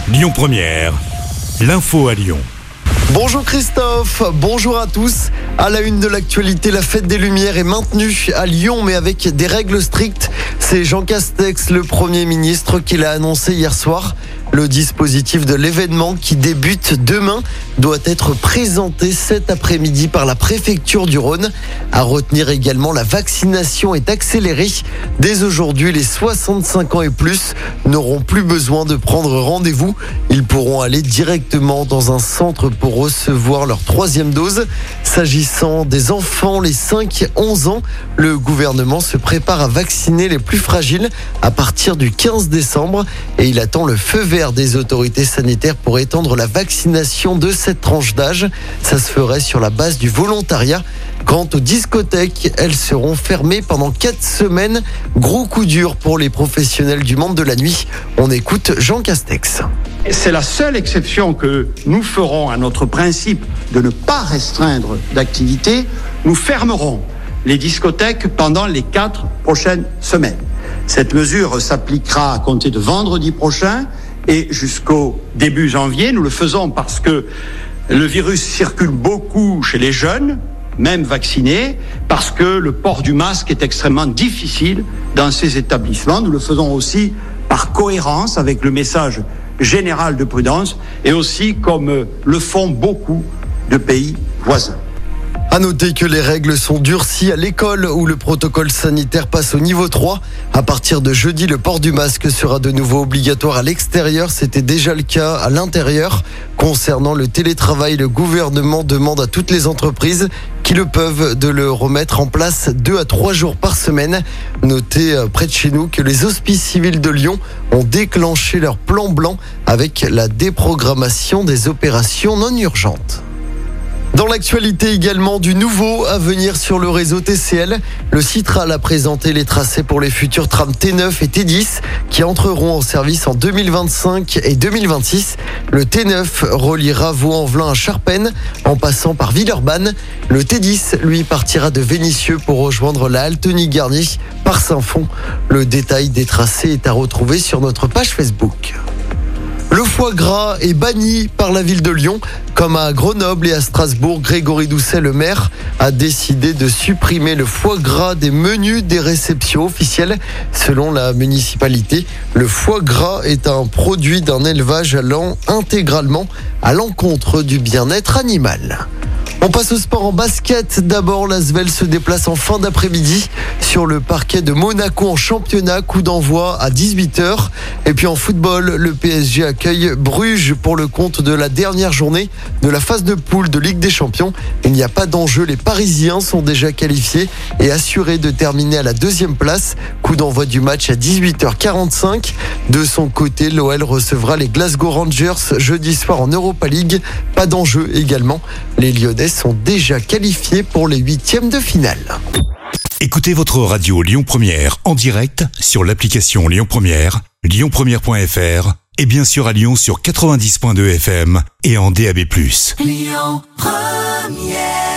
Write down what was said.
Lyon Première, l'info à Lyon. Bonjour Christophe, bonjour à tous. À la une de l'actualité, la fête des Lumières est maintenue à Lyon, mais avec des règles strictes. C'est Jean Castex, le Premier ministre, qui l'a annoncé hier soir. Le dispositif de l'événement qui débute demain doit être présenté cet après-midi par la préfecture du Rhône. À retenir également, la vaccination est accélérée. Dès aujourd'hui, les 65 ans et plus n'auront plus besoin de prendre rendez-vous. Ils pourront aller directement dans un centre pour recevoir leur 3e dose. S'agissant des enfants, les 5-11 ans, le gouvernement se prépare à vacciner les plus fragiles à partir du 15 décembre et il attend le feu vert des autorités sanitaires pour étendre la vaccination de cette tranche d'âge. Ça se ferait sur la base du volontariat. Quant aux discothèques, elles seront fermées pendant 4 semaines. Gros coup dur pour les professionnels du monde de la nuit. On écoute Jean Castex. C'est la seule exception que nous ferons à notre principe de ne pas restreindre d'activité. Nous fermerons les discothèques pendant les 4 prochaines semaines. Cette mesure s'appliquera à compter de vendredi prochain et jusqu'au début janvier. Nous le faisons parce que le virus circule beaucoup chez les jeunes, même vaccinés, parce que le port du masque est extrêmement difficile dans ces établissements. Nous le faisons aussi par cohérence avec le message général de prudence et aussi comme le font beaucoup de pays voisins. À noter que les règles sont durcies à l'école où le protocole sanitaire passe au niveau 3. À partir de jeudi, le port du masque sera de nouveau obligatoire à l'extérieur. C'était déjà le cas à l'intérieur. Concernant le télétravail, le gouvernement demande à toutes les entreprises qui le peuvent de le remettre en place 2 à 3 jours par semaine. Notez près de chez nous que les hospices civils de Lyon ont déclenché leur plan blanc avec la déprogrammation des opérations non urgentes. Dans l'actualité également, du nouveau à venir sur le réseau TCL. Le Citral a présenté les tracés pour les futurs trams T9 et T10 qui entreront en service en 2025 et 2026. Le T9 reliera Vaux-en-Velin à Charpennes en passant par Villeurbanne. Le T10, lui, partira de Vénissieux pour rejoindre la Alteny-Garnier par Saint-Fond. Le détail des tracés est à retrouver sur notre page Facebook. Le foie gras est banni par la ville de Lyon. Comme à Grenoble et à Strasbourg, Grégory Doucet, le maire, a décidé de supprimer le foie gras des menus des réceptions officielles. Selon la municipalité, le foie gras est un produit d'un élevage allant intégralement à l'encontre du bien-être animal. On passe au sport en basket. D'abord, l'Asvel se déplace en fin d'après-midi sur le parquet de Monaco en championnat. Coup d'envoi à 18h. Et puis en football, le PSG accueille Bruges pour le compte de la dernière journée de la phase de poule de Ligue des Champions. Il n'y a pas d'enjeu. Les Parisiens sont déjà qualifiés et assurés de terminer à la 2e place. Coup d'envoi du match à 18h45. De son côté, l'OL recevra les Glasgow Rangers jeudi soir en Europa League. Pas d'enjeu également. Les Lyonnais sont déjà qualifiés pour les 8e de finale. Écoutez votre radio Lyon Première en direct sur l'application Lyon Première, lyonpremière.fr et bien sûr à Lyon sur 90.2 FM et en DAB+. Lyon Première.